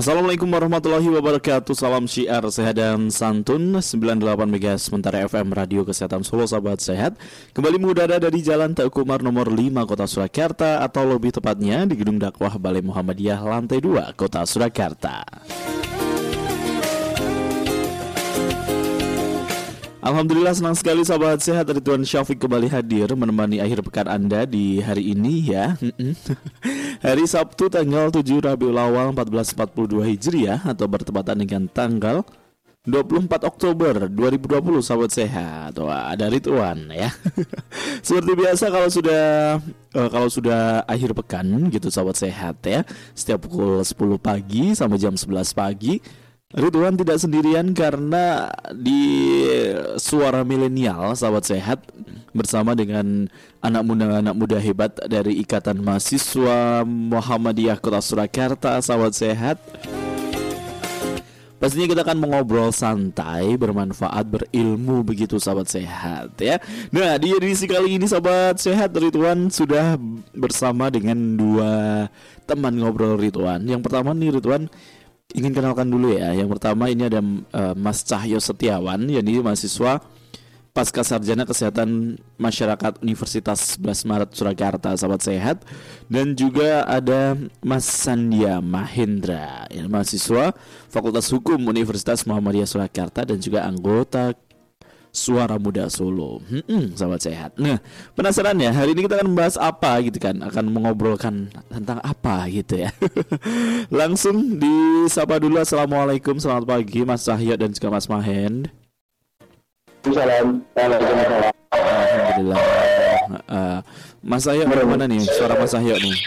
Assalamualaikum warahmatullahi wabarakatuh. Salam syiar sehat dan santun 98 MHz Sementara FM Radio Kesehatan Solo. Sahabat sehat, kembali mengudara dari Jalan Teguh Umar nomor 5 Kota Surakarta, atau lebih tepatnya di Gedung Dakwah Balai Muhammadiyah lantai 2 Kota Surakarta. Alhamdulillah, senang sekali sahabat sehat, Ridwan Syafiq kembali hadir menemani akhir pekan Anda di hari ini ya. Hari Sabtu tanggal 7 Rabiul Awal 1442 Hijriah atau bertepatan dengan tanggal 24 Oktober 2020 sahabat sehat. Wah, ada Ridwan ya. Seperti biasa kalau sudah akhir pekan gitu sahabat sehat ya. Setiap pukul 10 pagi sampai jam 11 pagi Ridwan tidak sendirian karena di Suara Milenial sahabat sehat bersama dengan anak muda hebat dari Ikatan Mahasiswa Muhammadiyah Kota Surakarta sahabat sehat. Pastinya kita akan mengobrol santai, bermanfaat, berilmu begitu sahabat sehat ya. Nah, di edisi kali ini sahabat sehat, Ridwan sudah bersama dengan dua teman ngobrol Ridwan. Yang pertama nih Ridwan ingin kenalkan dulu ya. Yang pertama ini ada Mas Cahyo Setiawan, yakni mahasiswa Pasca Sarjana Kesehatan Masyarakat Universitas 11 Maret Surakarta sahabat sehat. Dan juga ada Mas Sandia Mahendra, ya, mahasiswa Fakultas Hukum Universitas Muhammadiyah Surakarta dan juga anggota Suara Muda Solo. Sahabat sehat. Nah, penasaran ya, hari ini kita akan membahas apa gitu kan? Akan mengobrolkan tentang apa gitu ya. Langsung disapa dulu. Assalamualaikum, selamat pagi Mas Cahyo dan juga Mas Mahend. Waalaikumsalam. Alhamdulillah. Mas Cahyo gimana nih? Suara Mas Cahyo nih.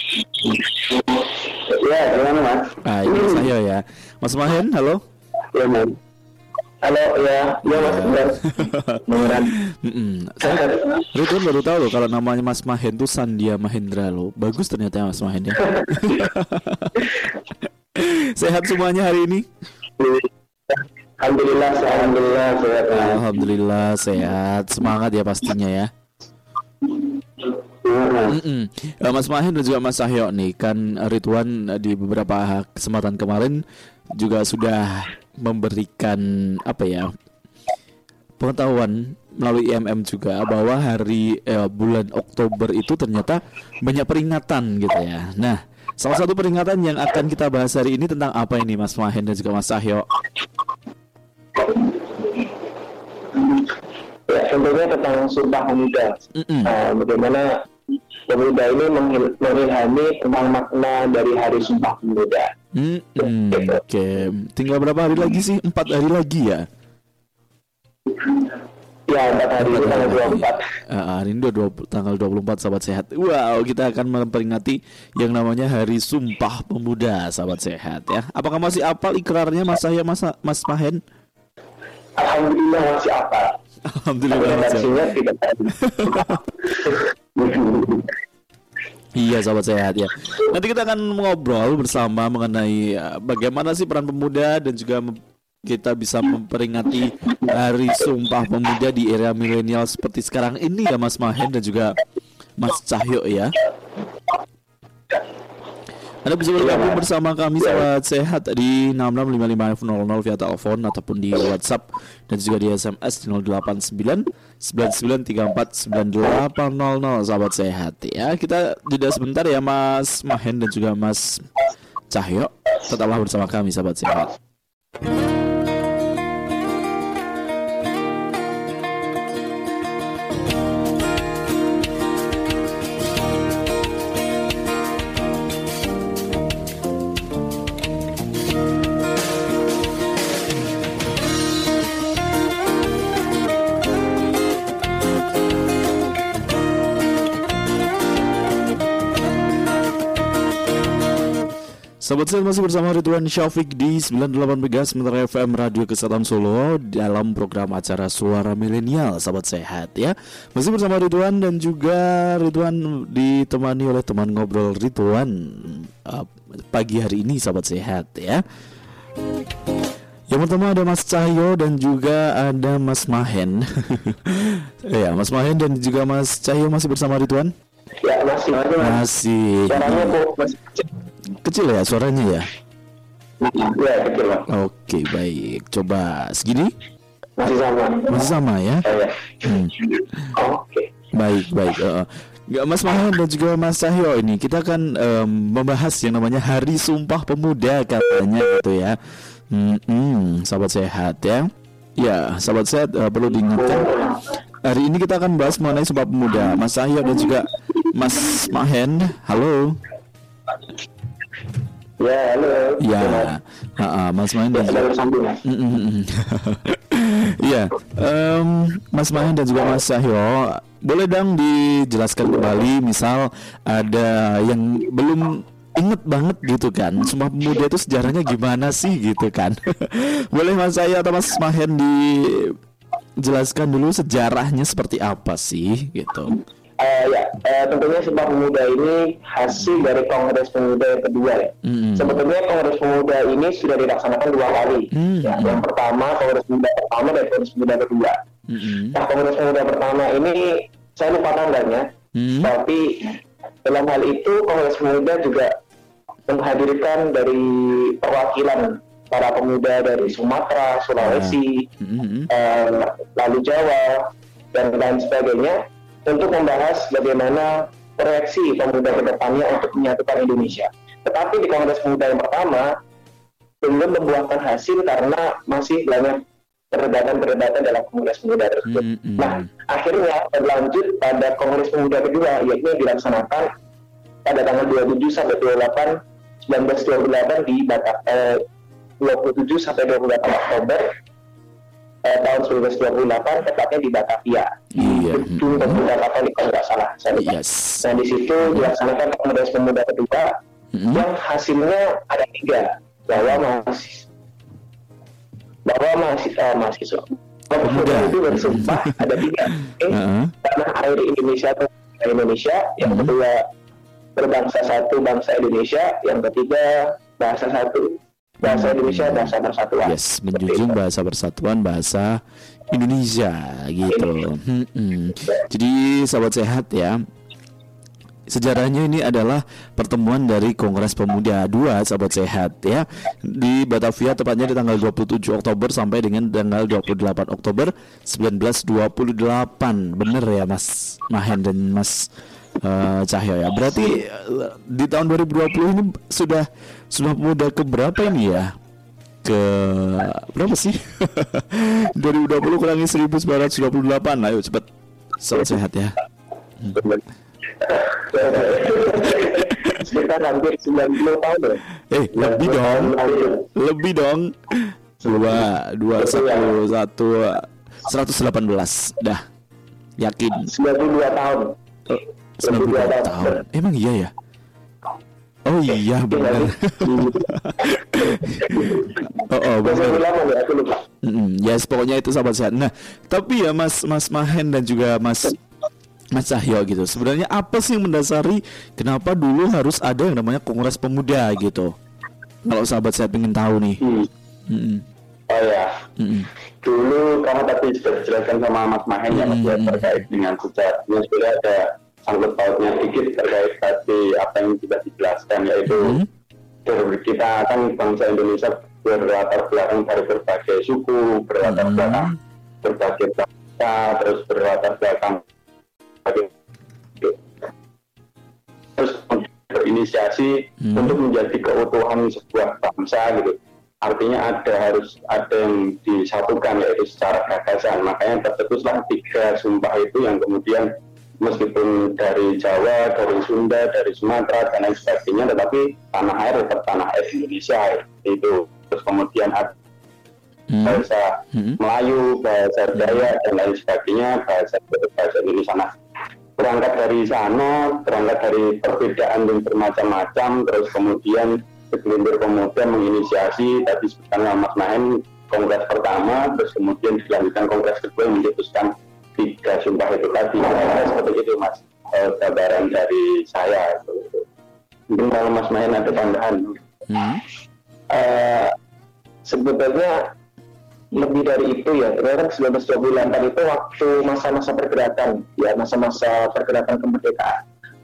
Ya, gimana Mas? Ini Mas Cahyo ya. Mas Mahend, halo. Ya, Mas. Halo, ya Mas. Beneran. Ridwan baru tahu loh kalau namanya Mas Mahend itu Sandia Mahendra loh. Bagus ternyata Mas Mahend ya. Sehat semuanya hari ini? Alhamdulillah sehat. Alhamdulillah sehat. Semangat ya pastinya ya. Mas Mahend dan juga Mas Cahyo nih, kan Ridwan di beberapa kesempatan kemarin juga sudah memberikan pengetahuan melalui IMM juga bahwa bulan Oktober itu ternyata banyak peringatan gitu ya. Nah, salah satu peringatan yang akan kita bahas hari ini tentang apa ini Mas Mahend dan juga Mas Cahyo? Ya, tentunya tentang Sumpah Pemuda. Bagaimana pemuda ini mengilhami tentang makna dari Hari Sumpah Pemuda. Oke. Tinggal berapa hari lagi sih? 4 hari lagi ya? Ya, 4 hari ini tanggal 24. Hari ini tanggal 24 sahabat sehat. Wow, kita akan memperingati yang namanya Hari Sumpah Pemuda sahabat sehat ya. Apakah masih apal ikrarnya Mas Cahyo, Mas Mahend? Alhamdulillah masih apal. Alhamdulillah masih apal. Iya sahabat sehat ya. Nanti kita akan mengobrol bersama mengenai bagaimana sih peran pemuda dan juga kita bisa memperingati Hari Sumpah Pemuda di era milenial seperti sekarang ini ya Mas Mahend dan juga Mas Cahyo ya. Anda bisa bergabung bersama kami sahabat sehat di 665500 via telepon ataupun di WhatsApp dan juga di SMS di 08999349800 sahabat sehat ya. Kita jeda sebentar ya Mas Mahend dan juga Mas Cahyo. Tetaplah bersama kami sahabat sehat. Sahabat saya masih bersama Ridwan Syafiq di 98 MHz Sementara FM Radio Kesehatan Solo dalam program acara Suara Milenial sahabat sehat ya. Masih bersama Ridwan dan juga Ridwan ditemani oleh teman ngobrol Ridwan pagi hari ini sahabat sehat ya. Yang pertama ada Mas Cahyo dan juga ada Mas Mahend. Ya, Mas Mahend dan juga Mas Cahyo masih bersama Ridwan? Ya, masih. Masih. Suaranya kok masih kecil ya suaranya ya? Ya, kecil Mas. Oke, baik. Coba segini? Masih sama. Masih sama ya? Ya. Oke. Baik. Nggak, Mas Mahen dan juga Mas Cahyo, ini kita akan membahas yang namanya Hari Sumpah Pemuda katanya gitu ya. Sahabat sehat ya. Ya, sahabat sehat, perlu diingatkan hari ini kita akan bahas mengenai Sumpah Pemuda. Mas Cahyo dan juga Mas Mahen, halo. Ya, halo. Ya, Mas Mahen dan juga Iya, Mas Mahen dan juga Mas Cahyo, boleh dong dijelaskan kembali, misal ada yang belum inget banget gitu kan, Sumpah Pemuda itu sejarahnya gimana sih gitu kan. Boleh Mas Cahyo atau Mas Mahen dijelaskan dulu sejarahnya seperti apa sih gitu. Tentunya Sumpah Pemuda ini hasil dari Kongres Pemuda yang kedua ya. Sebetulnya Kongres Pemuda ini sudah dilaksanakan 2 kali. Yang pertama Kongres Pemuda pertama dan Kongres Pemuda kedua. Nah, Kongres Pemuda pertama ini saya lupa tanggalnya, tapi dalam hal itu Kongres Pemuda juga menghadirkan dari perwakilan para pemuda dari Sumatera, Sulawesi, lalu Jawa dan lain sebagainya, untuk membahas bagaimana proyeksi pemuda ke depannya untuk menyatukan Indonesia. Tetapi di Kongres Pemuda yang pertama belum membuahkan hasil karena masih banyak perdebatan dalam Kongres Pemuda tersebut. Nah, akhirnya berlanjut pada Kongres Pemuda kedua, yaitu yang dilaksanakan pada tanggal 27 sampai 28 1928 di 27 sampai 28 Oktober tahun 1928, tepatnya di Batavia, gedung Pemuda Katolik kalau nggak salah. Nah, di situ dilaksanakan Kongres Pemuda kedua yang hasilnya ada 3, bahwa mahasiswa pemuda itu bersumpah ada 3, tanah air Indonesia, yang kedua berbangsa satu, bangsa Indonesia, yang ketiga bahasa satu, bahasa Indonesia, bahasa persatuan. Yes, menjunjung bahasa persatuan, bahasa Indonesia gitu. Jadi sahabat sehat ya, sejarahnya ini adalah pertemuan dari Kongres Pemuda 2, sahabat sehat ya, di Batavia, tepatnya di tanggal 27 Oktober sampai dengan tanggal 28 Oktober 1928. Bener ya Mas Mahen dan Mas Cahyo ya. Berarti di tahun 2020 ini sudah pemuda ke berapa ini ya? Ke berapa sih? 2020 kurangi 1928. Ayo cepat, sahabat sehat ya. Sekitar hampir 90 tahun ya. Lebih dong. 118 dah. Yakin 92 tahun. 92 tahun. Emang iya ya? Oh iya benar. benar. Yes, pokoknya itu sahabat sehat. Nah, tapi ya Mas Mahen dan juga Mas Cahyo gitu, sebenarnya apa sih yang mendasari kenapa dulu harus ada yang namanya Kongres Pemuda gitu? Kalau sahabat saya ingin tahu nih. Oh ya, dulu karena tadi sudah dijelaskan sama Mas Mahen yang terkait dengan sejarahnya, sudah ada sangkut pautnya sedikit terkait tadi apa yang sudah dijelaskan, yaitu kita kan bangsa Indonesia berlatar belakang dari berbagai suku, berlatar belakang berbagai bangsa, terus berlatar belakang terus berinisiasi untuk menjadi keutuhan sebuah bangsa gitu. Artinya harus ada yang disatukan, yaitu secara gagasan. Makanya tercetuslah 3 sumpah itu yang kemudian meskipun dari Jawa, dari Sunda, dari Sumatera dan lain sebagainya, tetapi tanah air tetap tanah air Indonesia itu. Terus kemudian ada bahasa Melayu, bahasa Dayak dan lain sebagainya, bahasa Indonesia. Nah, berangkat dari sana, berangkat dari perbedaan yang bermacam-macam, terus kemudian segelintir pemuda menginisiasi tadi sebutkan Mas Mahen kongres pertama, terus kemudian dilanjutkan kongres kedua yang mencetuskan 3 sumpah itu tadi. Seperti itu Mas, gambaran dari saya. Mungkin kalau Mas Mahen ada tambahan. Sebetulnya lebih dari itu ya, karena 1928 itu waktu masa-masa pergerakan, ya masa-masa pergerakan kemerdekaan.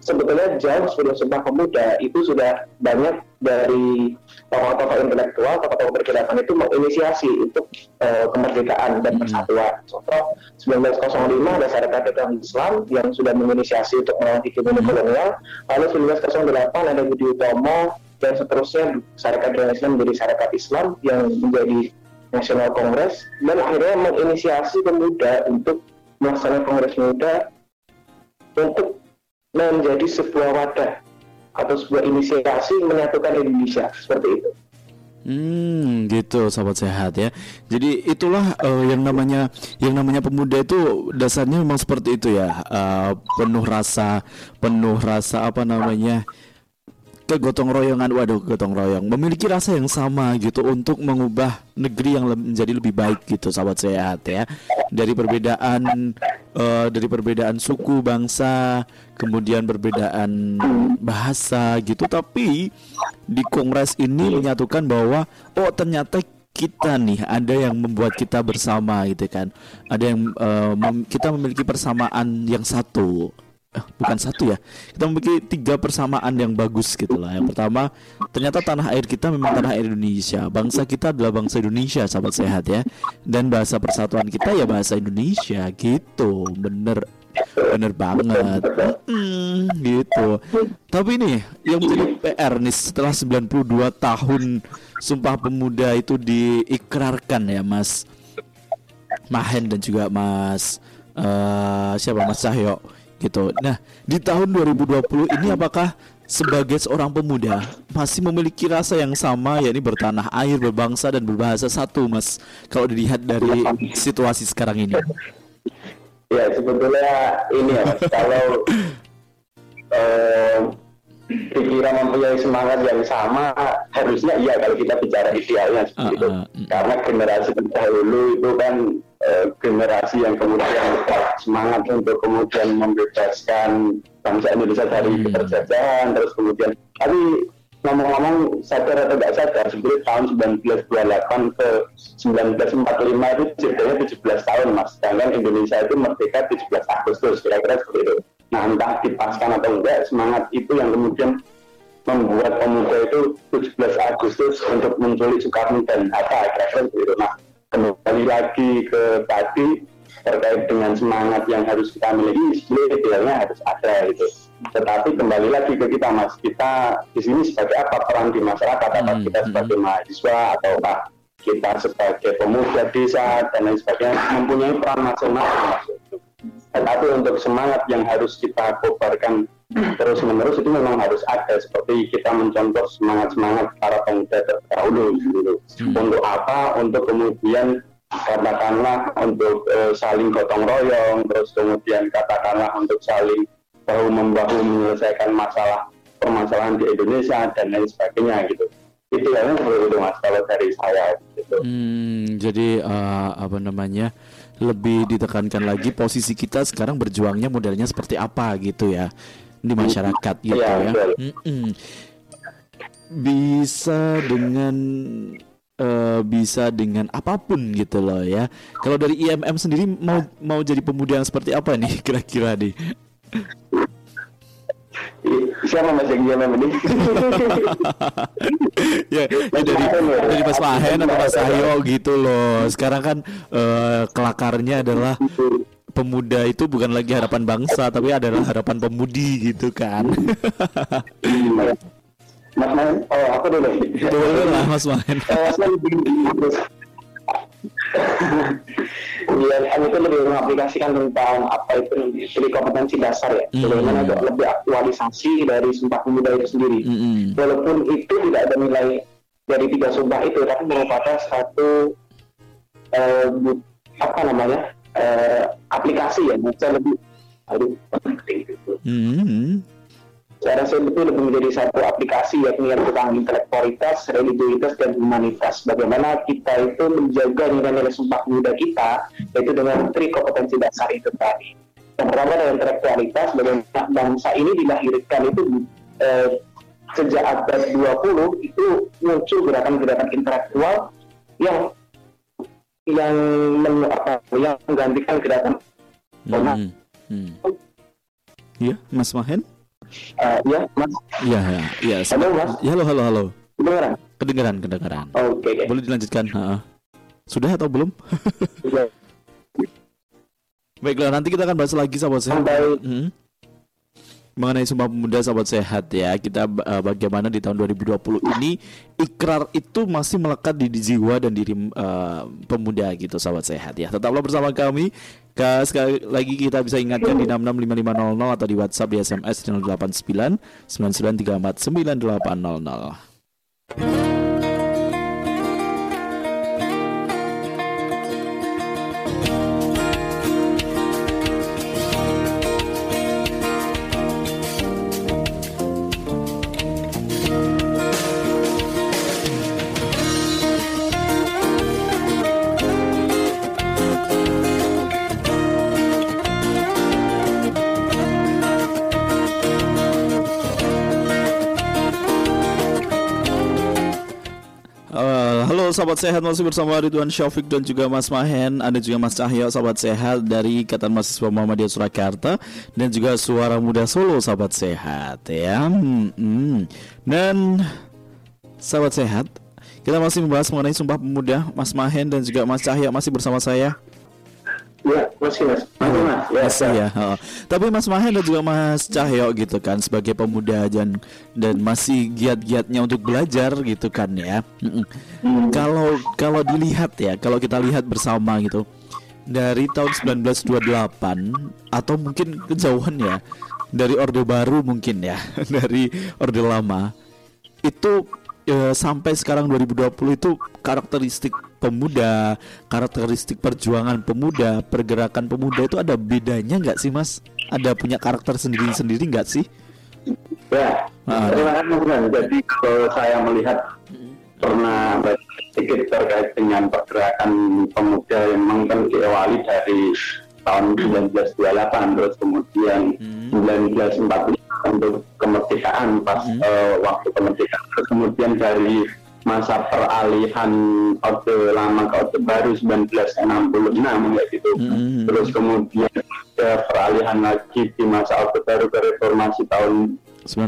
sebetulnya jauh sebelum Sumpah Pemuda itu sudah banyak dari tokoh-tokoh intelektual, tokoh-tokoh berkedatangan itu menginisiasi untuk kemerdekaan dan persatuan. Contoh 1905 ada Sarekat Islam yang sudah menginisiasi untuk melawan hegemoni kolonial. Lalu 1908 ada Budi Utomo dan seterusnya, Sarekat Islam menjadi Sarekat Islam yang menjadi Nasional Kongres, dan akhirnya menginisiasi pemuda untuk melaksanakan Kongres Pemuda untuk menjadi sebuah wadah atau sebuah inisiasi menyatukan Indonesia, seperti itu. Gitu sahabat sehat ya. Jadi itulah yang namanya pemuda itu dasarnya memang seperti itu ya. Penuh rasa apa namanya, kegotong royongan, gotong royong, memiliki rasa yang sama gitu untuk mengubah negeri yang menjadi lebih baik gitu sahabat sehat ya. Dari perbedaan suku, bangsa, kemudian perbedaan bahasa gitu, tapi di kongres ini menyatukan bahwa ternyata kita nih ada yang membuat kita bersama gitu kan. Ada yang kita memiliki persamaan yang satu. Bukan satu ya, kita memiliki 3 persamaan yang bagus gitu lah. Yang pertama, ternyata tanah air kita memang tanah air Indonesia. Bangsa kita adalah bangsa Indonesia, sahabat sehat ya. Dan bahasa persatuan kita ya bahasa Indonesia gitu. Bener banget. Gitu. Tapi nih yang menjadi PR nih, setelah 92 tahun Sumpah Pemuda itu diikrarkan ya Mas Mahen dan juga Mas Mas Cahyo gitu. Nah, di tahun 2020 ini apakah sebagai seorang pemuda masih memiliki rasa yang sama, yakni bertanah air, berbangsa dan berbahasa satu, Mas? Kalau dilihat dari situasi sekarang ini. Ya, sebetulnya ini ya, Mas, kalau pikiran mempunyai semangat yang sama, harusnya iya kalau kita bicara idealnya seperti itu. Karena generasi terdahulu itu kan generasi yang kemudian semangat untuk kemudian membebaskan bangsa Indonesia dari penjajahan, terus kemudian, tapi ngomong-ngomong sadar atau tidak sadar, sebenarnya tahun 1928 ke 1945 itu jedanya 17 tahun Mas, sedangkan Indonesia itu merdeka 17 Agustus, kira-kira seperti itu. Nah, entah dipaskan atau enggak, semangat itu yang kemudian membuat pemuda itu 17 Agustus untuk menculik Soekarno dan Hatta, kira-kira seperti itu. Nah, kembali lagi ke tadi terkait dengan semangat yang harus kita miliki, sebenarnya idealnya harus ada gitu. Tetapi kembali lagi ke kita, Mas, kita di sini sebagai apa peran di masyarakat, apakah kita sebagai mahasiswa ataukah kita sebagai pemuda desa dan lain sebagainya, mempunyai peran masing-masing. Tetapi untuk semangat yang harus kita kobarkan terus-menerus itu memang harus ada, seperti kita mencontoh semangat-semangat para pemuda terdahulu gitu. Untuk apa? Untuk kemudian katakanlah untuk saling gotong royong, terus kemudian katakanlah untuk saling bahu-membahu menyelesaikan permasalahan di Indonesia dan lain sebagainya gitu. Itu yang seperti itu Mas kalau dari saya gitu. Jadi apa namanya, lebih ditekankan lagi posisi kita sekarang berjuangnya modelnya seperti apa gitu ya di masyarakat gitu ya. Bisa dengan apapun gitu loh ya. Kalau dari IMM sendiri mau jadi pemuda yang seperti apa nih kira-kira nih? Siapa Mas yang IMM ini? ya dari Mas Mahen atau Mas Cahyo gitu loh. Sekarang kan kelakarnya adalah pemuda itu bukan lagi harapan bangsa, tapi adalah harapan pemudi gitu kan. Mas Mahen, aku dulu. Boleh lah Mas Mahen. IMM itu lebih mengaplikasikan tentang apa itu jadi kompetensi dasar ya, bagaimana untuk lebih aktualisasi dari Sumpah Pemuda itu sendiri. Walaupun itu tidak ada nilai dari 3 sumpah itu, tapi merupakan satu aplikasi ya, bisa lebih penting gitu. Saya rasa itu lebih menjadi satu aplikasi, yakni yang tentang intelektualitas, religiusitas, dan humanitas. Bagaimana kita itu menjaga nilai-nilai Sumpah Pemuda kita, yaitu dengan 3 kompetensi dasar itu tadi. Yang pertama adalah intelektualitas, bagaimana bangsa ini dilahirkan itu sejak abad 20 itu muncul gerakan-gerakan intelektual yang menggantikan gerakan. Iya, Mas Mahen? Ya, Mas. Iya, iya. Halo, Mas. Ya, halo. Kedengaran? Kedengaran. Oke. Boleh dilanjutkan? Sudah atau belum? Sudah. Baiklah, nanti kita akan bahas lagi sahabat sehat. Mengenai Sumpah Pemuda sahabat sehat ya. Kita bagaimana di tahun 2020 ini ikrar itu masih melekat di jiwa dan diri pemuda gitu sahabat sehat ya. Tetaplah bersama kami. Sekali lagi kita bisa ingatkan di 665500 atau di WhatsApp di SMS 089 9934 9800. Halo sahabat sehat, masih bersama Ridwan Syafiq dan juga Mas Mahen. Ada juga Mas Cahyo sahabat sehat dari Ikatan Mahasiswa Muhammadiyah Surakarta dan juga Suara Muda Solo sahabat sehat ya. Dan sahabat sehat, kita masih membahas mengenai Sumpah Pemuda. Mas Mahen dan juga Mas Cahyo masih bersama saya. Ya, masih Mas. Masih ya. Tapi Mas Mahen dan juga Mas Cahyo gitu kan sebagai pemuda dan masih giat-giatnya untuk belajar gitu kan ya. Kalau dilihat ya, kalau kita lihat bersama gitu dari tahun 1928 atau mungkin kejauhan ya dari Orde Baru mungkin ya dari Orde Lama itu sampai sekarang 2020 itu karakteristik pemuda, karakteristik perjuangan pemuda, pergerakan pemuda itu ada bedanya nggak sih Mas? Ada punya karakter sendiri-sendiri nggak sih? Ya, terima kasih. Jadi kalau saya melihat pernah sedikit terkait dengan pergerakan pemuda yang memang kan diawali dari tahun 1928 terus kemudian 1945 untuk kemerdekaan pas waktu kemerdekaan terus kemudian dari masa peralihan Orde Lama ke Orde Baru 1966 kayak gitu. Terus kemudian ada peralihan lagi di masa Orde Baru ke reformasi tahun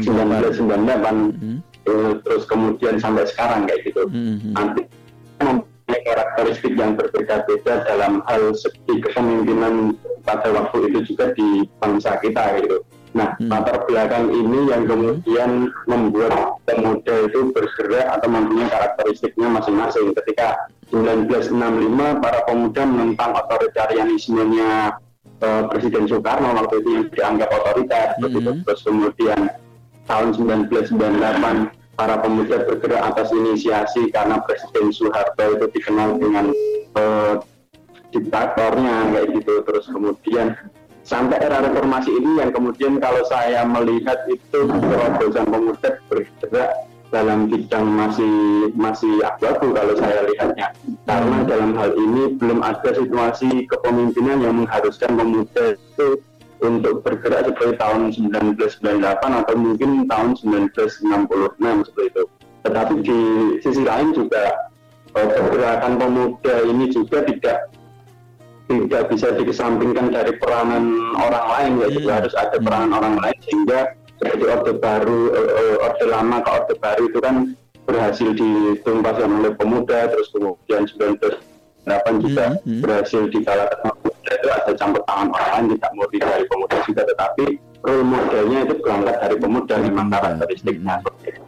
1998. Terus kemudian sampai sekarang kayak gitu. Nanti mempunyai karakteristik yang berbeda-beda dalam hal segi kepemimpinan pada waktu itu juga di bangsa kita gitu. Nah, latar belakang ini yang kemudian membuat pemuda itu bergerak atau mempunyai karakteristiknya masing-masing. Ketika 1965 para pemuda menentang otoritarianismenya Presiden Soekarno waktu itu yang dianggap otoriter. Terus kemudian tahun 1998 para pemuda bergerak atas inisiasi karena Presiden Soeharto itu dikenal dengan diktatornya kayak gitu. Terus kemudian sampai era reformasi ini yang kemudian kalau saya melihat itu terobosan pemuda bergerak dalam bidang masih abu-abu kalau saya lihatnya, karena dalam hal ini belum ada situasi kepemimpinan yang mengharuskan pemuda itu untuk bergerak seperti tahun 1998 atau mungkin tahun 1966 seperti itu. Tetapi di sisi lain juga pergerakan pemuda ini juga tidak bisa dikesampingkan dari peranan orang lain, yaitu harus ada peranan orang lain sehingga seperti Orde Baru, Orde Lama ke Orde Baru itu kan berhasil ditumpaskan oleh pemuda, terus kemudian 1998 juga berhasil dikalahkan pemuda, itu ada campur tangan orang lain, tidak murni dari pemuda juga, tetapi role modelnya itu berangkat dari pemuda, memang karakteristiknya seperti itu.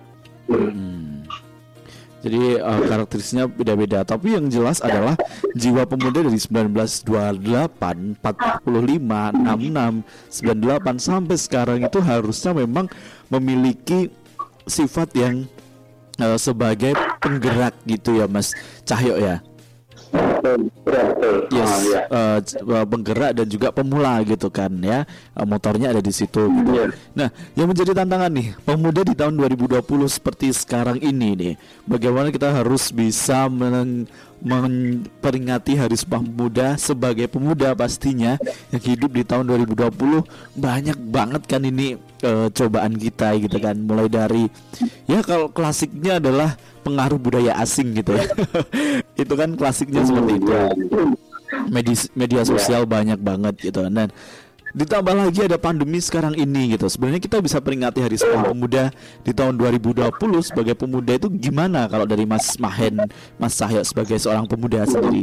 Jadi karakteristiknya beda-beda. Tapi yang jelas adalah jiwa pemuda dari 1928, 45, 66, 98 sampai sekarang itu harusnya memang memiliki sifat yang sebagai penggerak gitu ya Mas Cahyo ya. Yes, penggerak dan juga pemula gitu kan ya, motornya ada di situ gitu. Nah, yang menjadi tantangan nih pemuda di tahun 2020 seperti sekarang ini nih, bagaimana kita harus bisa memperingati Hari Sumpah Pemuda sebagai pemuda pastinya yang hidup di tahun 2020. Banyak banget kan ini cobaan kita gitu kan, mulai dari ya kalau klasiknya adalah pengaruh budaya asing gitu ya. Itu kan klasiknya seperti itu. Media sosial banyak banget gitu. Dan ditambah lagi ada pandemi sekarang ini gitu. Sebenarnya kita bisa peringati Hari Sumpah Pemuda di tahun 2020 sebagai pemuda itu gimana kalau dari Mas Mahen, Mas Cahyo sebagai seorang pemuda sendiri?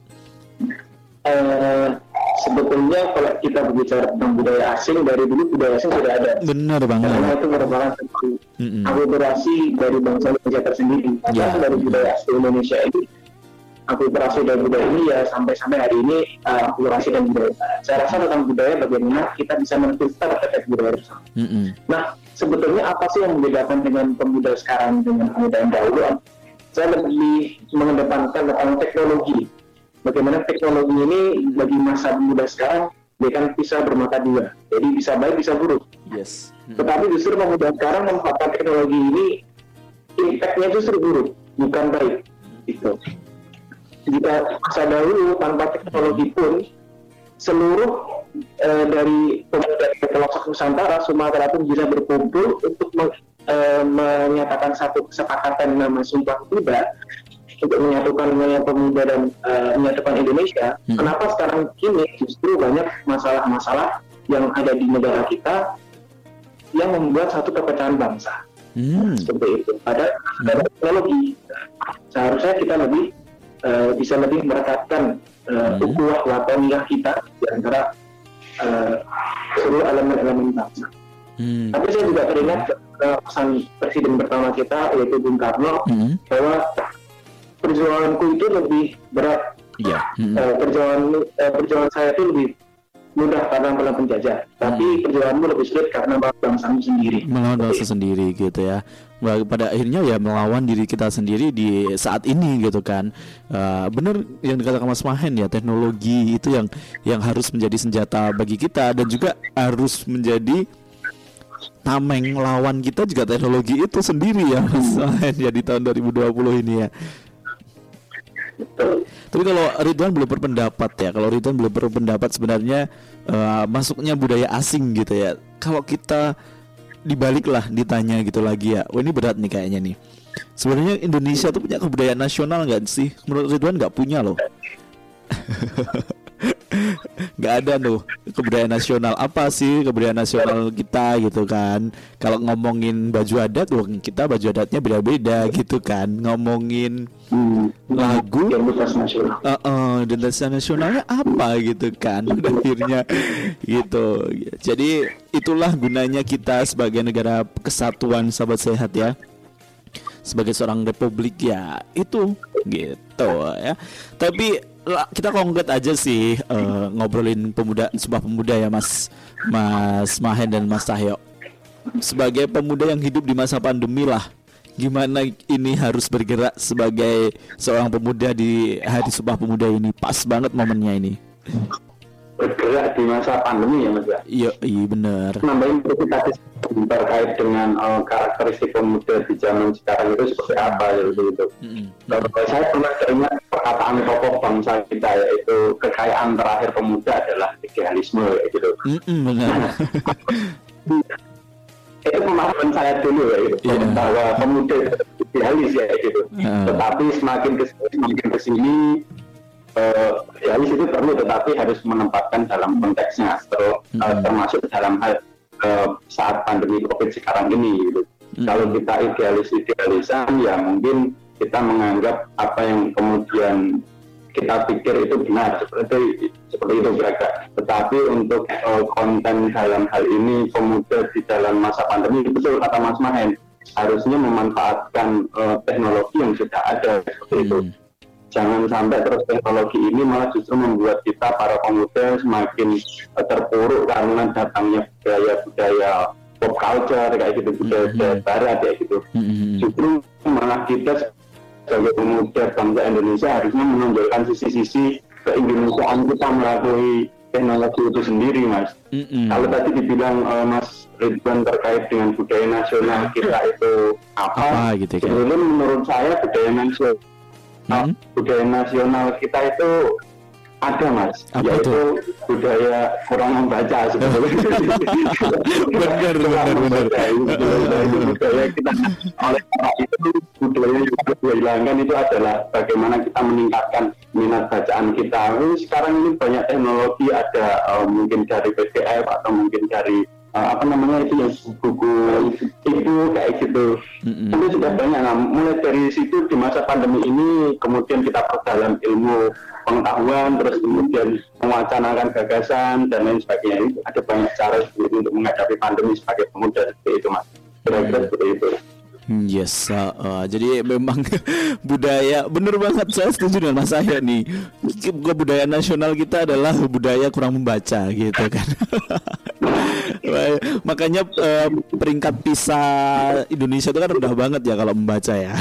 Sebetulnya kalau kita berbicara tentang budaya asing, dari dulu budaya asing sudah ada. Benar banget. Karena itu merupakan akulturasi dari bangsa Indonesia tersendiri. Karena dari budaya asli Indonesia ini, akulturasi dan budaya ini ya sampai hari ini akulturasi dan budaya. Saya rasa tentang budaya bagaimana kita bisa menfilter efek budaya bersama. Nah, sebetulnya apa sih yang membedakan dengan pemuda sekarang dengan pemuda yang dahulu? Saya lebih mengedepankan tentang teknologi. Bagaimana teknologi ini bagi masa muda sekarang dia bisa bermata dua, jadi bisa baik bisa buruk. Yes. Tetapi justru pemuda sekarang memanfaatkan teknologi ini, impact-nya justru buruk, bukan baik. Itu. Jika masa dahulu tanpa teknologi pun seluruh dari pemuda pelosok Nusantara, Sumatera pun bisa berkumpul untuk menyatakan satu kesepakatan nama Sumpah Pemuda. Untuk menyatukan pemuda dan menyatukan Indonesia. Kenapa sekarang kini justru banyak masalah-masalah yang ada di negara kita yang membuat satu kepecahan bangsa. Seperti itu. Pada teknologi seharusnya kita bisa lebih merekatkan ukhuwah wataniyah kita di antara seluruh elemen-elemen bangsa. Tapi saya juga teringat pesan presiden pertama kita yaitu Bung Karno bahwa perjuanganku itu lebih berat. Perjuangan saya itu lebih mudah karena melawan penjajah, tapi perjuanganmu lebih sulit karena bangsamu sendiri. Melawan bangsa sendiri gitu ya. Pada akhirnya ya melawan diri kita sendiri di saat ini gitu kan. Benar yang dikatakan Mas Mahen ya, teknologi itu yang harus menjadi senjata bagi kita dan juga harus menjadi tameng lawan kita juga teknologi itu sendiri ya Mas Mahen ya di tahun 2020 ini ya. Tapi kalau Ridwan belum berpendapat ya, kalau Ridwan belum berpendapat sebenarnya masuknya budaya asing gitu ya. Kalau kita dibalik lah ditanya gitu lagi ya, ini berat nih kayaknya nih. Sebenarnya Indonesia tuh punya kebudayaan nasional nggak sih? Menurut Ridwan nggak punya loh. Nggak ada tuh kebudayaan nasional. Apa sih kebudayaan nasional kita gitu kan? Kalau ngomongin baju adat, loh kita baju adatnya beda-beda gitu kan. Ngomongin lagu, identitas nasionalnya apa gitu kan? Akhirnya gitu. Jadi itulah gunanya kita sebagai negara kesatuan, sahabat sehat ya. Sebagai seorang republik ya itu gitu ya. Tapi kita konkret aja sih ngobrolin Sumpah Pemuda ya Mas Mahen dan Mas Cahyo. Sebagai pemuda yang hidup di masa pandemi lah, gimana ini harus bergerak sebagai seorang pemuda di Hari Sumpah Pemuda ini? Pas banget momennya ini. Bergerak di masa pandemi ya Mas ya? Iya benar. Nambahin presentasi terkait dengan karakteristik pemuda di zaman sekarang itu seperti apa ya begitu. Saya pernah teringat perkataan tokoh bangsa kita yaitu kekayaan terakhir pemuda adalah idealisme gitu. Benar. Itu pemahaman saya dulu ya gitu. Bahwa pemuda idealis ya gitu. Tetapi semakin kesini idealis itu perlu, tetapi harus menempatkan dalam konteksnya, termasuk dalam hal saat pandemi COVID sekarang ini gitu. Kalau kita idealisan ya mungkin kita menganggap apa yang kemudian kita pikir itu benar, seperti itu beragam. Tetapi untuk konten dalam hal ini pemuda di dalam masa pandemi, betul kata Mas Mahen, harusnya memanfaatkan teknologi yang sudah ada seperti itu. Jangan sampai terus teknologi ini malah justru membuat kita para pemuda semakin terpuruk karena datangnya budaya pop culture kayak gitu, budaya barat kayak gitu. Justru malah kita sebagai pemuda bangsa Indonesia harusnya menonjolkan sisi-sisi keindonesiaan kita melalui teknologi itu sendiri, Mas. Kalau tadi dibilang Mas Ridwan terkait dengan budaya nasional kita itu apa gitu kan? Sebetulnya menurut saya budaya nasional kita itu ada, Mas. Apa yaitu itu? Budaya kurang membaca sebetulnya. Benar. Itu budaya kita. Oleh karena itu budaya yang harus dihilangkan itu adalah bagaimana kita meningkatkan minat bacaan kita. Sekarang ini banyak teknologi, ada mungkin dari PDF atau mungkin dari itu yang buku ibu kayak gitu. Itu sudah banyak. Nah, mulai dari situ di masa pandemi ini kemudian kita perdalam ilmu pengetahuan, terus kemudian mewacanakan gagasan dan lain sebagainya. Itu ada banyak cara untuk menghadapi pandemi sebagai pemuda seperti itu, Mas. Kira-kira seperti itu. Yes, jadi memang budaya, bener banget, saya setuju dengan Mas Ahya nih. Budaya nasional kita adalah budaya kurang membaca gitu kan. Makanya peringkat PISA Indonesia itu kan rendah banget ya kalau membaca ya.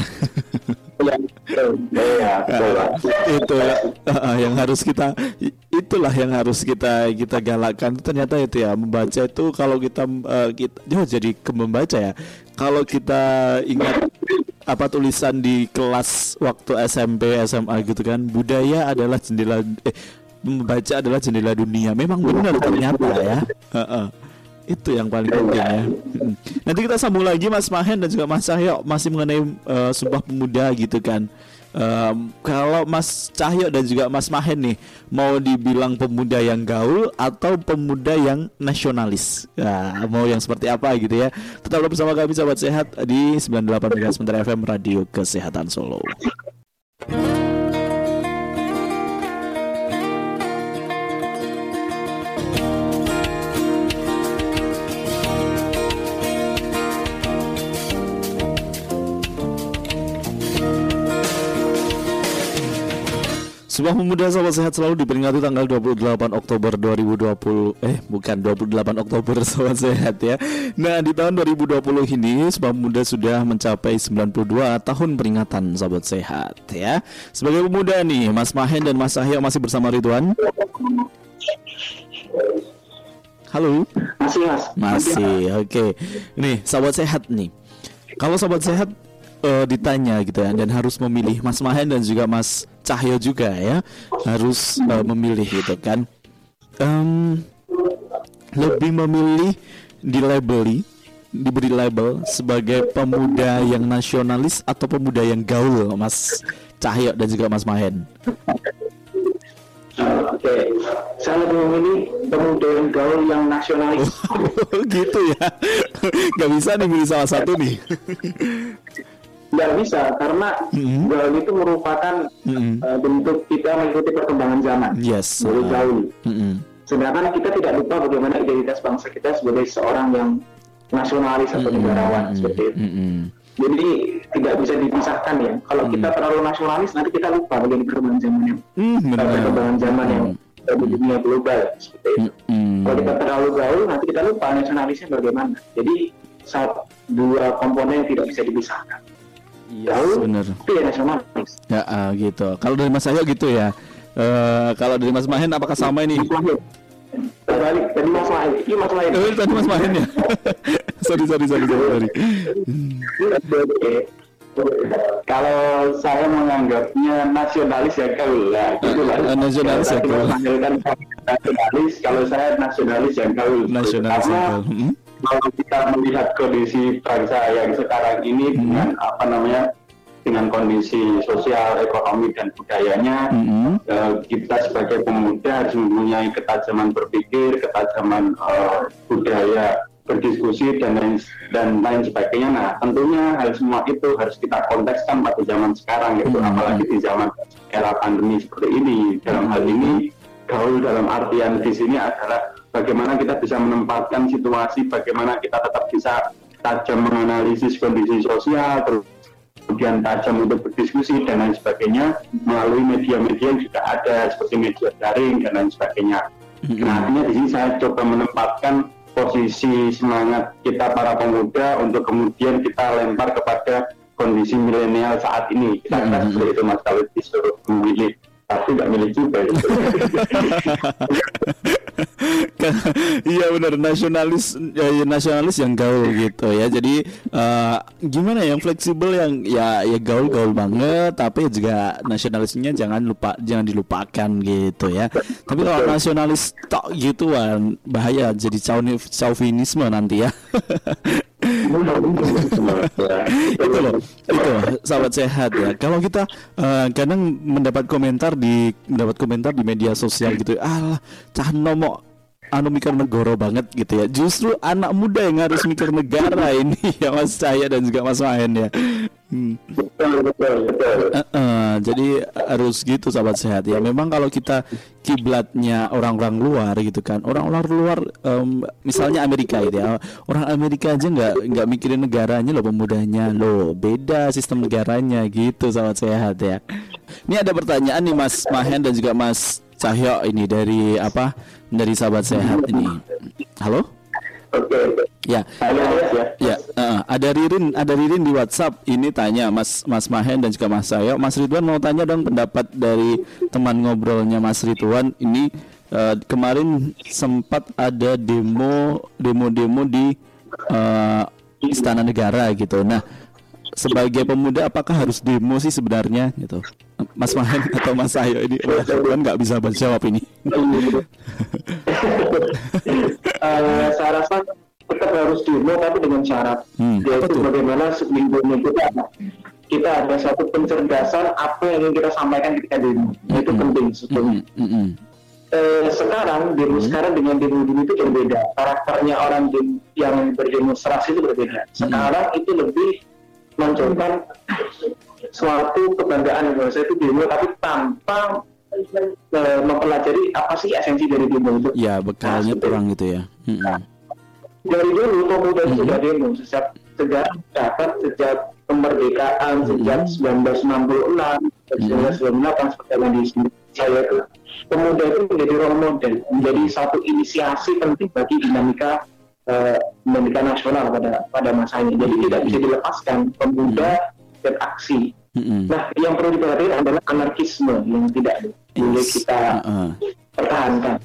Itu yang harus kita, itulah yang harus kita galakkan. Ternyata itu ya, membaca itu kalau kita jadi membaca ya. Kalau kita ingat apa tulisan di kelas waktu SMP, SMA gitu kan, budaya adalah jendela, membaca adalah jendela dunia. Memang benar ternyata ya. Itu yang paling penting ya. Nanti kita sambung lagi Mas Mahen dan juga Mas Cahyo masih mengenai Sumpah Pemuda gitu kan. Kalau Mas Cahyo dan juga Mas Mahen nih mau dibilang pemuda yang gaul atau pemuda yang nasionalis, ya, mau yang seperti apa gitu ya. Tetaplah bersama kami sahabat sehat di 98 MHz Menteri FM Radio Kesehatan Solo. Sumpah Pemuda sahabat sehat selalu diperingati tanggal 28 Oktober 2020. Bukan 28 Oktober sahabat sehat ya. Nah, di tahun 2020 ini Sumpah Pemuda sudah mencapai 92 tahun peringatan sahabat sehat ya. Sebagai pemuda nih, Mas Mahen dan Mas Cahyo masih bersama Ridwan. Halo. Masih, Mas. Masih. Oke. Nih, sahabat sehat nih. Kalau sahabat sehat ditanya gitu ya, dan harus memilih, Mas Mahen dan juga Mas Cahyo juga ya harus memilih gitu kan, lebih memilih diberi label sebagai pemuda yang nasionalis atau pemuda yang gaul, Mas Cahyo dan juga Mas Mahen? Oke, saya lebih memilih pemuda yang gaul yang nasionalis. Gitu ya, nggak bisa nih milih salah satu nih. Nggak bisa, karena gaul itu merupakan bentuk kita mengikuti perkembangan zaman. Yes. Dari gaul. Sedangkan kita tidak lupa bagaimana identitas bangsa kita sebagai seorang yang nasionalis atau negarawan seperti itu. Jadi tidak bisa dipisahkan ya. Kalau kita terlalu nasionalis, nanti kita lupa bagaimana perkembangan zaman yang perkembangan zaman yang di dunia global seperti itu. Kalau kita terlalu gaul, nanti kita lupa nasionalisnya bagaimana. Jadi dua komponen yang tidak bisa dipisahkan. Yes, benar. Itu ya nasionalis. Ya, gitu. Kalau dari Mas Cahyo gitu ya. Kalau dari Mas Mahen apakah sama ini? Tadi Mas Mahen. Ini Mas Mahen. Tadi Mas Mahen ya. sorry. Kalau saya menganggapnya nasionalis ya gaul lah. Itulah. Nasionalis ya gaul. Nasionalis. Kalau saya nasionalis yang gaul. Nasionalis yang gaul. Kalau kita melihat kondisi bangsa yang sekarang ini dengan dengan kondisi sosial, ekonomi dan budayanya, kita sebagai pemuda harus mempunyai ketajaman berpikir, ketajaman budaya berdiskusi dan lain sebagainya. Nah, tentunya hal semua itu harus kita kontekskan pada zaman sekarang, yaitu apalagi di zaman era pandemi seperti ini. Dalam hal ini gaul dalam artian di sini adalah bagaimana kita bisa menempatkan situasi, bagaimana kita tetap bisa tajam menganalisis kondisi sosial, kemudian tajam untuk berdiskusi dan lain sebagainya melalui media-media yang juga ada seperti media daring dan lain sebagainya. Nah, artinya di sini saya coba menempatkan posisi semangat kita para pemuda untuk kemudian kita lempar kepada kondisi milenial saat ini. Kita seperti itu, Mas, kalau disuruh memilih. Tapi nggak milih juga gitu. Iya benar, nasionalis yang gaul gitu ya. Jadi gimana yang fleksibel, yang ya gaul banget, tapi juga nasionalisnya jangan dilupakan gitu ya. Tapi kalau nasionalis tok gituan bahaya, jadi chauvinisme nanti ya. itu sahabat sehat ya. Kalau kita kadang mendapat komentar di media sosial gitu, cah nomok mikir negara banget gitu ya. Justru anak muda yang harus mikir negara ini ya Mas Cahyo dan juga Mas Mahen ya. Betul. Jadi harus gitu sahabat sehat ya. Memang kalau kita kiblatnya orang-orang luar gitu kan, orang-orang luar misalnya Amerika gitu ya, orang Amerika aja nggak mikirin negaranya loh, pemudanya loh, beda sistem negaranya gitu sahabat sehat ya. Ini ada pertanyaan nih Mas Mahen dan juga Mas Cahyo ini dari sahabat sehat ini. Halo? Oke. Ya. Ada Ririn di WhatsApp ini tanya Mas Mahen dan juga Mas Cahyo. Mas Ridwan mau tanya dong pendapat dari teman ngobrolnya Mas Ridwan ini. Kemarin sempat ada demo di Istana Negara gitu. Nah, sebagai pemuda apakah harus demo sih sebenarnya gitu? Mas Mahen atau Mas Cahyo ini kan nggak bisa menjawab ini. Saya rasa tetap harus demo tapi dengan syarat, yaitu bagaimana seminggu kita ada satu pencerdasan apa yang ingin kita sampaikan ketika demo. Itu penting sebetulnya. Sekarang demo sekarang dengan demo dulu itu berbeda. Karakternya orang yang berdemonstrasi itu berbeda. Sekarang itu lebih menunjukkan suatu kebanggaan bahwa saya itu demo tapi tanpa mempelajari apa sih esensi dari demo itu. Ya, bekalnya kurang gitu ya. Dari dulu pemuda itu sudah demo sejak kemerdekaan, sejak 1966, 1998 seperti yang di saya itu. Pemuda itu menjadi role model, menjadi satu inisiasi penting bagi dinamika nasional pada masanya. Jadi tidak bisa dilepaskan pemuda beraksi. Nah, yang perlu diperhatikan adalah anarkisme yang tidak boleh kita pertahankan.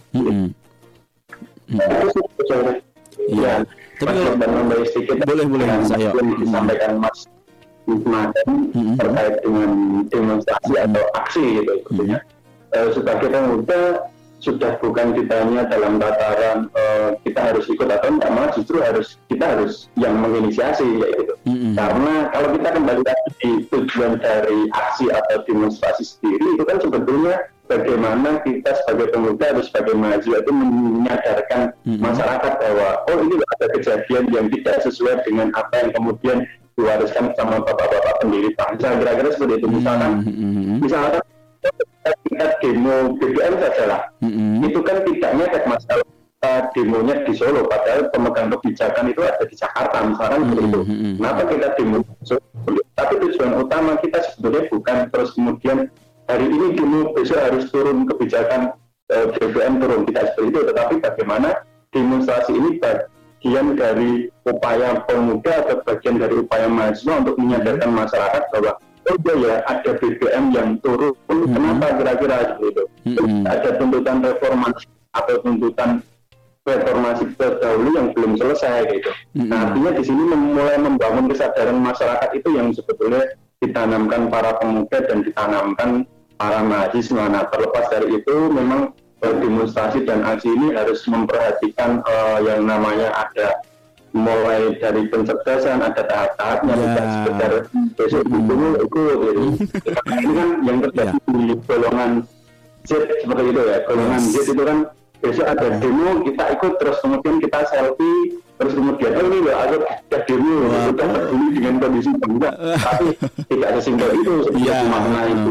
Ya, tapi kalau sedikit boleh saya disampaikan Mas Mahen terkait dengan demonstrasi atau aksi gitu. Sebagai pemuda sudah bukan ditanya dalam tataran kita harus ikut atau enggak, malah justru kita harus yang menginisiasi gitu. Karena kalau kita kembali lagi di tujuan dari aksi atau demonstrasi sendiri itu kan sebetulnya bagaimana kita sebagai pemuda atau sebagai mahasiswa itu menyadarkan masyarakat bahwa ini ada kejadian yang tidak sesuai dengan apa yang kemudian diwariskan sama bapak-bapak pendiri bangsa, kira-kira seperti itu. Misalkan kita demo BBM saja lah, itu kan tidak nyeket masalah demonya di Solo, padahal pemegang kebijakan itu ada di Jakarta misalkan seperti itu. Kenapa kita demo Solo? Tapi tujuan utama kita sebetulnya bukan terus kemudian hari ini demo besok harus turun kebijakan BBM turun, tidak seperti itu, tetapi bagaimana demonstrasi ini bagian dari upaya pemuda atau bagian dari upaya mahasiswa untuk menyadarkan masyarakat bahwa ada BBM yang turun, kenapa kira-kira gitu. Ada tuntutan reformasi atau tuntutan reformasi terdahulu yang belum selesai gitu. Nah, artinya di sini mulai membangun kesadaran masyarakat itu yang sebetulnya ditanamkan para pemuda dan ditanamkan para mahasiswa. Nah, terlepas dari itu memang demonstrasi dan aksi ini harus memperhatikan yang namanya ada mulai dari pencerdasan, ada tahap-tahapnya, tidak sekedar besok dulu ikut gitu. Ini kan yang terjadi di golongan Z seperti itu ya. Golongan Z itu kan besok ada demo, kita ikut, terus kemudian kita selfie, terus kemudian ini loh ada demo, kita peduli dengan kondisi bangsa, tapi tidak sesimpel itu sebenarnya makna itu.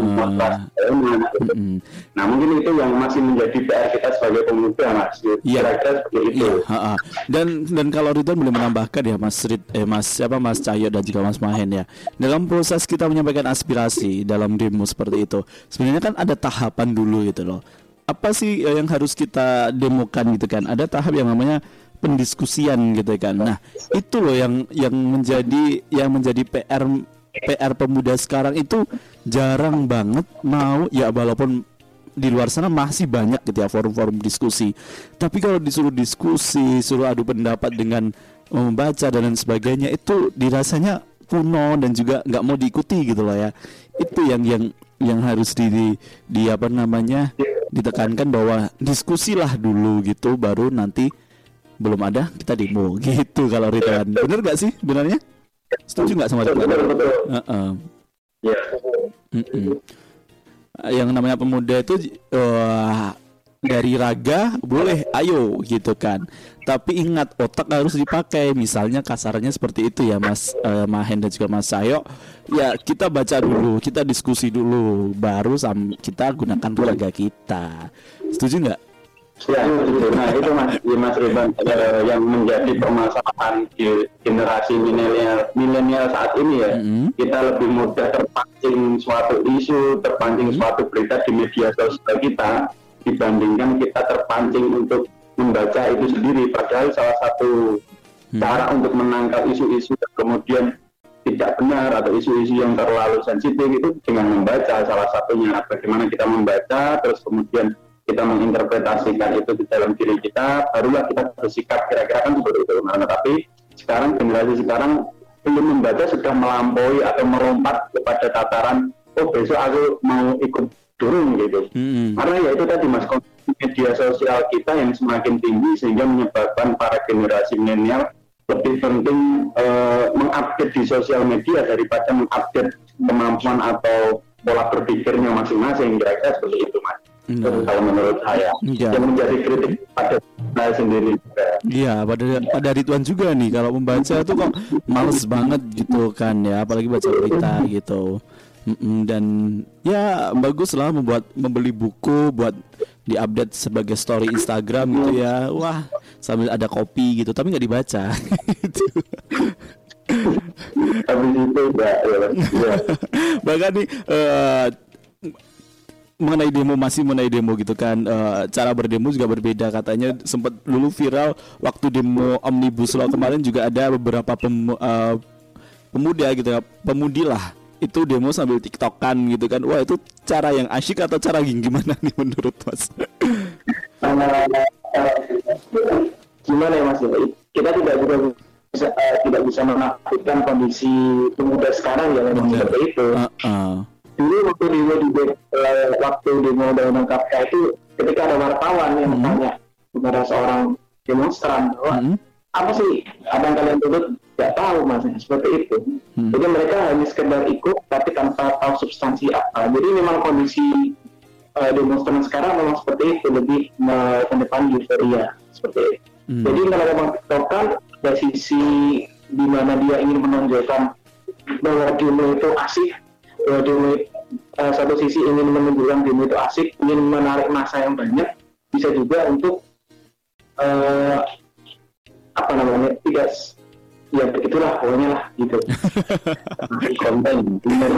Nah, mungkin itu yang masih menjadi PR kita sebagai pemuda, Mas. Kira-kira seperti itu. Dan kalau Ridwan boleh menambahkan ya Mas Cahyo dan juga Mas Mahen ya, dalam proses kita menyampaikan aspirasi dalam demo seperti itu, sebenarnya kan ada tahapan dulu gitu loh. Apa sih yang harus kita demokan gitu kan? Ada tahap yang namanya pendiskusian gitu kan. Nah, itu loh yang menjadi PR pemuda sekarang itu jarang banget mau ya, walaupun di luar sana masih banyak gitu ya forum-forum diskusi. Tapi kalau disuruh diskusi, suruh adu pendapat dengan membaca dan lain sebagainya, itu dirasanya kuno dan juga nggak mau diikuti gitu loh ya. Itu yang harus ditekankan bahwa diskusilah dulu gitu, baru nanti belum ada kita demo gitu kalau Ridwan. Bener gak sih sebenarnya? Setuju nggak sama Ridwan? Ya. Yang namanya pemuda itu dari raga boleh, ayo gitu kan. Tapi ingat, otak harus dipakai. Misalnya kasarnya seperti itu ya Mas Mahen dan juga Mas Cahyo. Ya kita baca dulu, kita diskusi dulu, baru kita gunakan raga kita. Setuju nggak? Ya, nah itu Mas Ridwan yang menjadi permasalahan di generasi milenial saat ini ya. Kita lebih mudah terpancing suatu isu, terpancing suatu berita di media sosial kita dibandingkan kita terpancing untuk membaca itu sendiri. Padahal salah satu cara untuk menangkal isu-isu yang kemudian tidak benar atau isu-isu yang terlalu sensitif itu dengan membaca. Salah satunya bagaimana kita membaca, terus kemudian kita menginterpretasikan itu di dalam diri kita, barulah kita bersikap kira-kira kan seperti itu. Nah, tapi sekarang generasi sekarang belum membaca sudah melampaui atau merompat kepada tataran besok aku mau ikut turun gitu. Karena ya itu tadi Mas, media sosial kita yang semakin tinggi sehingga menyebabkan para generasi milenial lebih penting mengupdate di sosial media daripada mengupdate kemampuan atau pola berpikirnya masing-masing, kira-kira seperti itu Mas. Kalau menurut saya yang menjadi kritik pada saya sendiri. Iya, pada Ridwan juga nih, kalau membaca tuh kok males banget gitu kan ya, apalagi baca berita gitu. Dan ya bagus lah membeli buku buat diupdate sebagai story Instagram gitu ya. Wah, sambil ada kopi gitu, tapi nggak dibaca. Gitu. Habis itu ya. Bahkan nih mengenai demo gitu kan, cara berdemo juga berbeda. Katanya sempat dulu viral waktu demo Omnibus Law kemarin juga ada beberapa pemuda gitu ya, pemudi lah, itu demo sambil tiktokan gitu kan. Wah, itu cara yang asyik atau cara gimana nih menurut Mas? Gimana ya Mas, kita tidak bisa menafikan kondisi pemuda sekarang yang memang seperti itu. Dulu waktu demo undang-undang KPK itu, ketika ada wartawan yang bertanya kepada seorang demonstran bahwa apa sih apa yang kalian tuntut, nggak tahu Mas, seperti itu. Jadi mereka hanya sekedar ikut tapi tanpa tahu substansi apa. Jadi memang kondisi demonstran sekarang memang seperti itu, lebih mengedepan euforia seperti itu. Jadi kalau memang tiktokan dari sisi di mana dia ingin menonjolkan bahwa demo itu asik, demo satu sisi ingin menunjukkan demo itu asik, ingin menarik massa yang banyak, bisa juga untuk tidak, ya begitulah pokoknya lah gitu. konten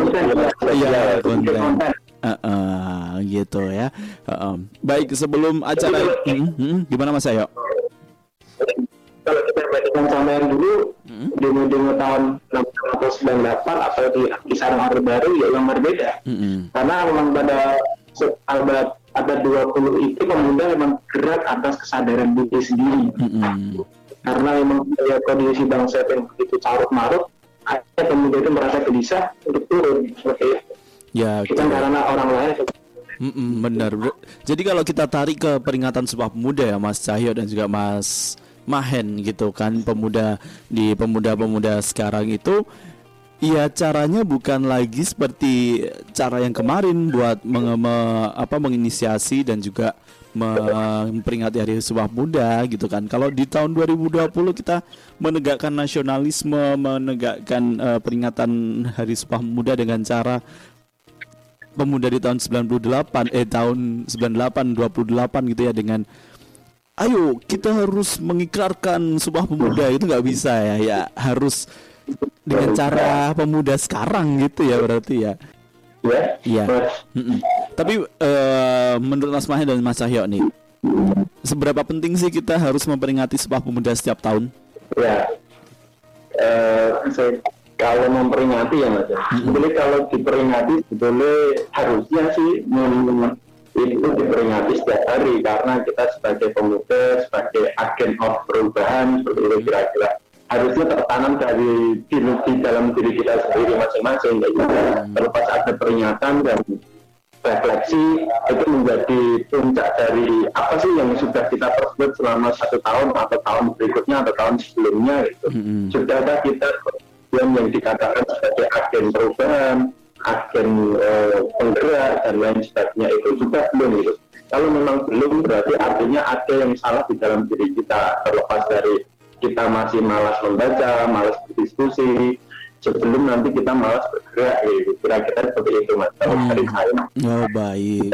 gitu ya. Baik, sebelum acara gimana Mas Ayo? Kalau kita bandingkan sama yang dulu, demo-demo tahun 1998 atau di kisaran Orde Baru, ya yang berbeda. Karena memang pada abad 20 itu pemuda memang gerak atas kesadaran diri sendiri. Karena memang kondisi bangsa yang begitu carut-marut, akhirnya pemuda itu merasa gelisah untuk turun seperti itu. Ya, kita karena orang lain. Benar. Jadi kalau kita tarik ke peringatan Sumpah Pemuda ya Mas Cahyo dan juga Mas Mahen gitu kan, pemuda sekarang itu ya caranya bukan lagi seperti cara yang kemarin buat menginisiasi dan juga memperingati Hari Sumpah Pemuda gitu kan. Kalau di tahun 2020 kita menegakkan nasionalisme, menegakkan peringatan Hari Sumpah Pemuda dengan cara pemuda di tahun 28 gitu ya, dengan ayo kita harus mengikrarkan Sumpah Pemuda, itu nggak bisa ya harus dengan cara pemuda sekarang gitu ya berarti ya. Iya. Tapi menurut Mas Mahen dan Mas Cahyo nih, seberapa penting sih kita harus memperingati Sumpah Pemuda setiap tahun? Ya, kalau memperingati ya Mas, sebetulnya kalau diperingati sebetulnya harusnya sih itu diperingati setiap hari, karena kita sebagai pemuda, sebagai agen of perubahan seperti itu kira-kira harusnya tertanam di dalam diri kita sendiri masing-masing. Terlepas ada peringatan dan refleksi itu menjadi puncak dari apa sih yang sudah kita perbuat selama 1 tahun atau tahun berikutnya atau tahun sebelumnya gitu. Sudahkah kita yang dikatakan sebagai agen perubahan, agen penggerak dan lain sebagainya itu juga belum gitu. Kalau memang belum berarti artinya ada yang salah di dalam diri kita, terlepas dari kita masih malas membaca, malas berdiskusi, sebelum nanti kita malas bergerak gitu. Kira-kira seperti itu Mas. Kalau dari saya. Oh baik.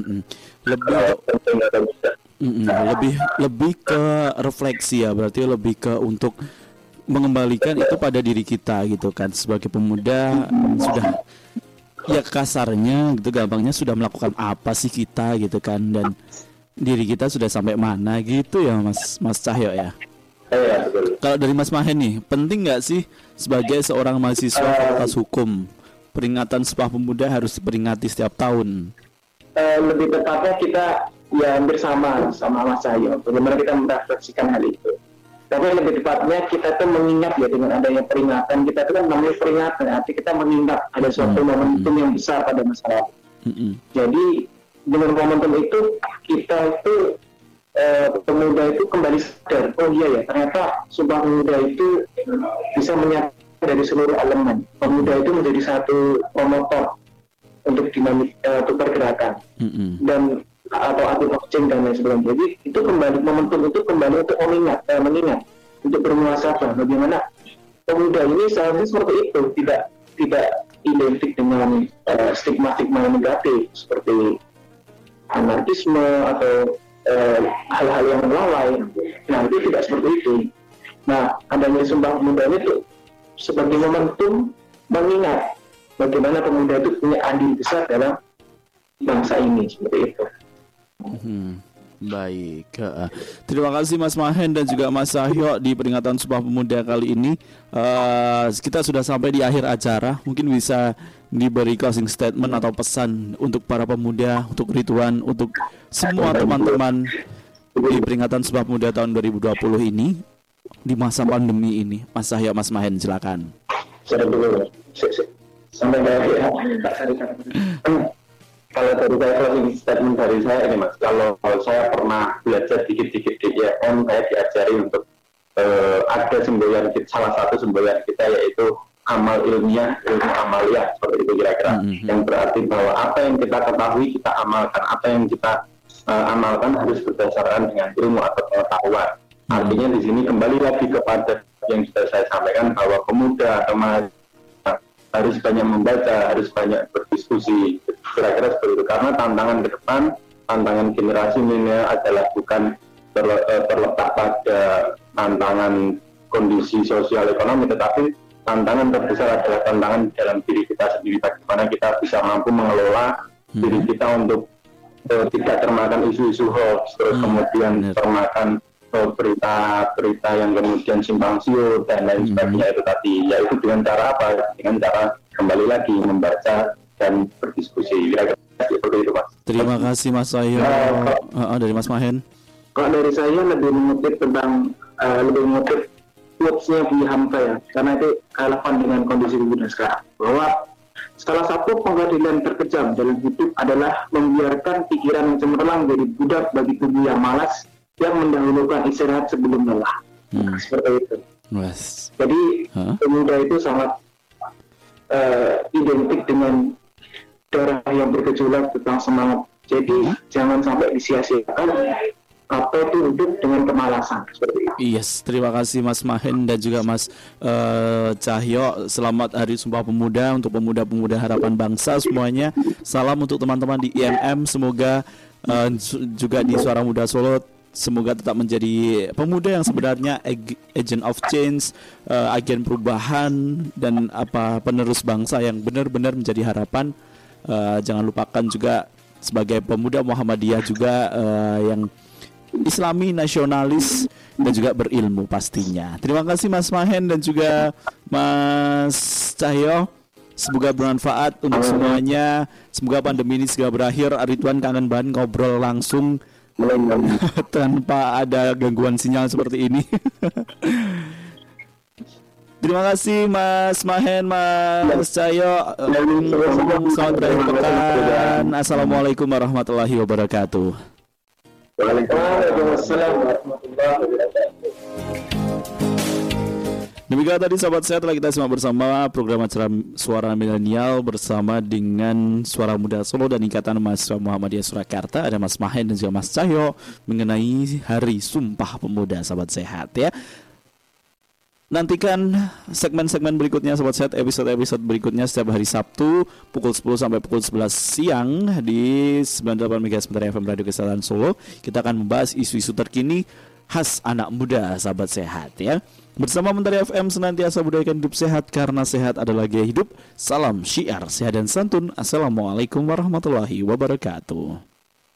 Lebih ke refleksi ya, berarti lebih ke untuk mengembalikan itu pada diri kita gitu kan, sebagai pemuda sudah ya kasarnya gitu, gampangnya sudah melakukan apa sih kita gitu kan, dan diri kita sudah sampai mana gitu ya Mas Cahyo ya. Iya, betul. Kalau dari Mas Mahen nih, penting nggak sih sebagai seorang mahasiswa Fakultas Hukum peringatan Sumpah Pemuda harus diperingati setiap tahun? Lebih tepatnya kita ya hampir sama Mas Cahyo, bagaimana kita merefleksikan hal itu. Tapi lebih tepatnya kita tuh mengingat ya, dengan adanya peringatan, kita tuh kan namanya peringatan, arti kita mengingat ada suatu momentum yang besar pada masa lalu. Jadi dengan momentum itu kita itu pemuda itu kembali sadar, oh iya ya, ternyata Sumpah Pemuda itu bisa menyatu dari seluruh elemen. Pemuda itu menjadi satu promotor untuk dinamik untuk pergerakan dan atau anti-boxing dan lain sebagainya. Jadi itu kembali, momentum itu kembali untuk mengingat untuk bermuhasabah bagaimana pemuda ini seharusnya seperti itu, tidak identik dengan stigma-stigma yang negatif seperti anarkisme atau hal-hal yang lalai. Nah, itu tidak seperti itu. Nah, adanya Sumpah Pemuda itu sebagai momentum mengingat bagaimana pemuda itu punya andil besar dalam bangsa ini, seperti itu. Baik, terima kasih Mas Mahen dan juga Mas Cahyo di peringatan Sumpah Pemuda kali ini. Kita sudah sampai di akhir acara. Mungkin bisa diberi closing statement atau pesan untuk para pemuda, untuk Ridwan, untuk semua teman-teman di peringatan Sumpah Pemuda tahun 2020 ini di masa pandemi ini. Mas Cahyo, Mas Mahen, silakan. Sampai kalau dari saya closing statement dari saya ini Mas, kalau saya pernah belajar dikit-dikit di IAM, saya diajari untuk ada semboyan, salah satu semboyan kita yaitu amal ilmiah, ilmu amaliyah, seperti itu kira-kira, yang berarti bahwa apa yang kita ketahui kita amalkan, apa yang kita amalkan harus berdasarkan dengan ilmu atau pengetahuan. Artinya di sini kembali lagi kepada yang sudah saya sampaikan, bahwa pemuda atau mahasiswa harus banyak membaca, harus banyak berdiskusi, kira-kira seperti itu. Karena tantangan ke depan, tantangan generasi milenial adalah bukan terletak pada tantangan kondisi sosial ekonomi, tetapi tantangan terbesar adalah tantangan dalam diri kita sendiri. Bagaimana kita bisa mampu mengelola diri kita untuk tidak termakan isu-isu hoax, terus kemudian termakan berita-berita yang kemudian simpang siur dan lain sebagainya itu tadi. Yaitu dengan cara apa? Dengan cara kembali lagi membaca dan berdiskusi. Kira-kira seperti itu, Mas. Terima kasih Mas Cahyo. Dari Mas Mahen. Kalau dari saya lebih mengutip quotes-nya Buya Hamka ya, karena itu relevan dengan kondisi pemuda sekarang, bahwa salah satu pengadilan terkejam dalam hidup adalah membiarkan pikiran yang cemerlang jadi budak bagi tubuh yang malas yang mendahulukan istirahat sebelum lelah. Seperti itu. Jadi pemuda itu sangat identik dengan darah yang bergejolak tentang semangat. Jadi jangan sampai disia-siakan atau tunduk dengan kemalasan, seperti itu. Yes, terima kasih Mas Mahen dan juga Mas Cahyo. Selamat Hari Sumpah Pemuda untuk pemuda-pemuda harapan bangsa semuanya. Salam untuk teman-teman di IMM. Semoga juga di Suara Muda Solo, semoga tetap menjadi pemuda yang sebenarnya agent of change, agen perubahan dan penerus bangsa yang benar-benar menjadi harapan. Jangan lupakan juga sebagai pemuda Muhammadiyah juga yang Islami, nasionalis dan juga berilmu pastinya. Terima kasih Mas Mahen dan juga Mas Cahyo. Semoga bermanfaat untuk semuanya. Semoga pandemi ini segera berakhir. Ridwan kangen banget ngobrol langsung tanpa ada gangguan sinyal seperti ini. Terima Terima kasih Mas Mahen, Mas Cahyo. Selamat berakhir pekan. Assalamualaikum warahmatullahi wabarakatuh. Waalaikumsalam warahmatullahi wabarakatuh. Demikian tadi sahabat sehat, telah kita simak bersama program acara Suara Milenial bersama dengan Suara Muda Solo dan Ikatan Mahasiswa Muhammadiyah Surakarta. Ada Mas Mahen dan juga Mas Cahyo mengenai Hari Sumpah Pemuda, sahabat sehat ya. Nantikan segmen-segmen berikutnya sahabat sehat, episode-episode berikutnya setiap hari Sabtu pukul 10 sampai pukul 11 siang di 98 MHz FM Radio Kesehatan Solo. Kita akan membahas isu-isu terkini khas anak muda, sahabat sehat ya. Bersama Mentari FM, senantiasa budayakan hidup sehat karena sehat adalah gaya hidup. Salam syiar sehat dan santun. Assalamualaikum warahmatullahi wabarakatuh.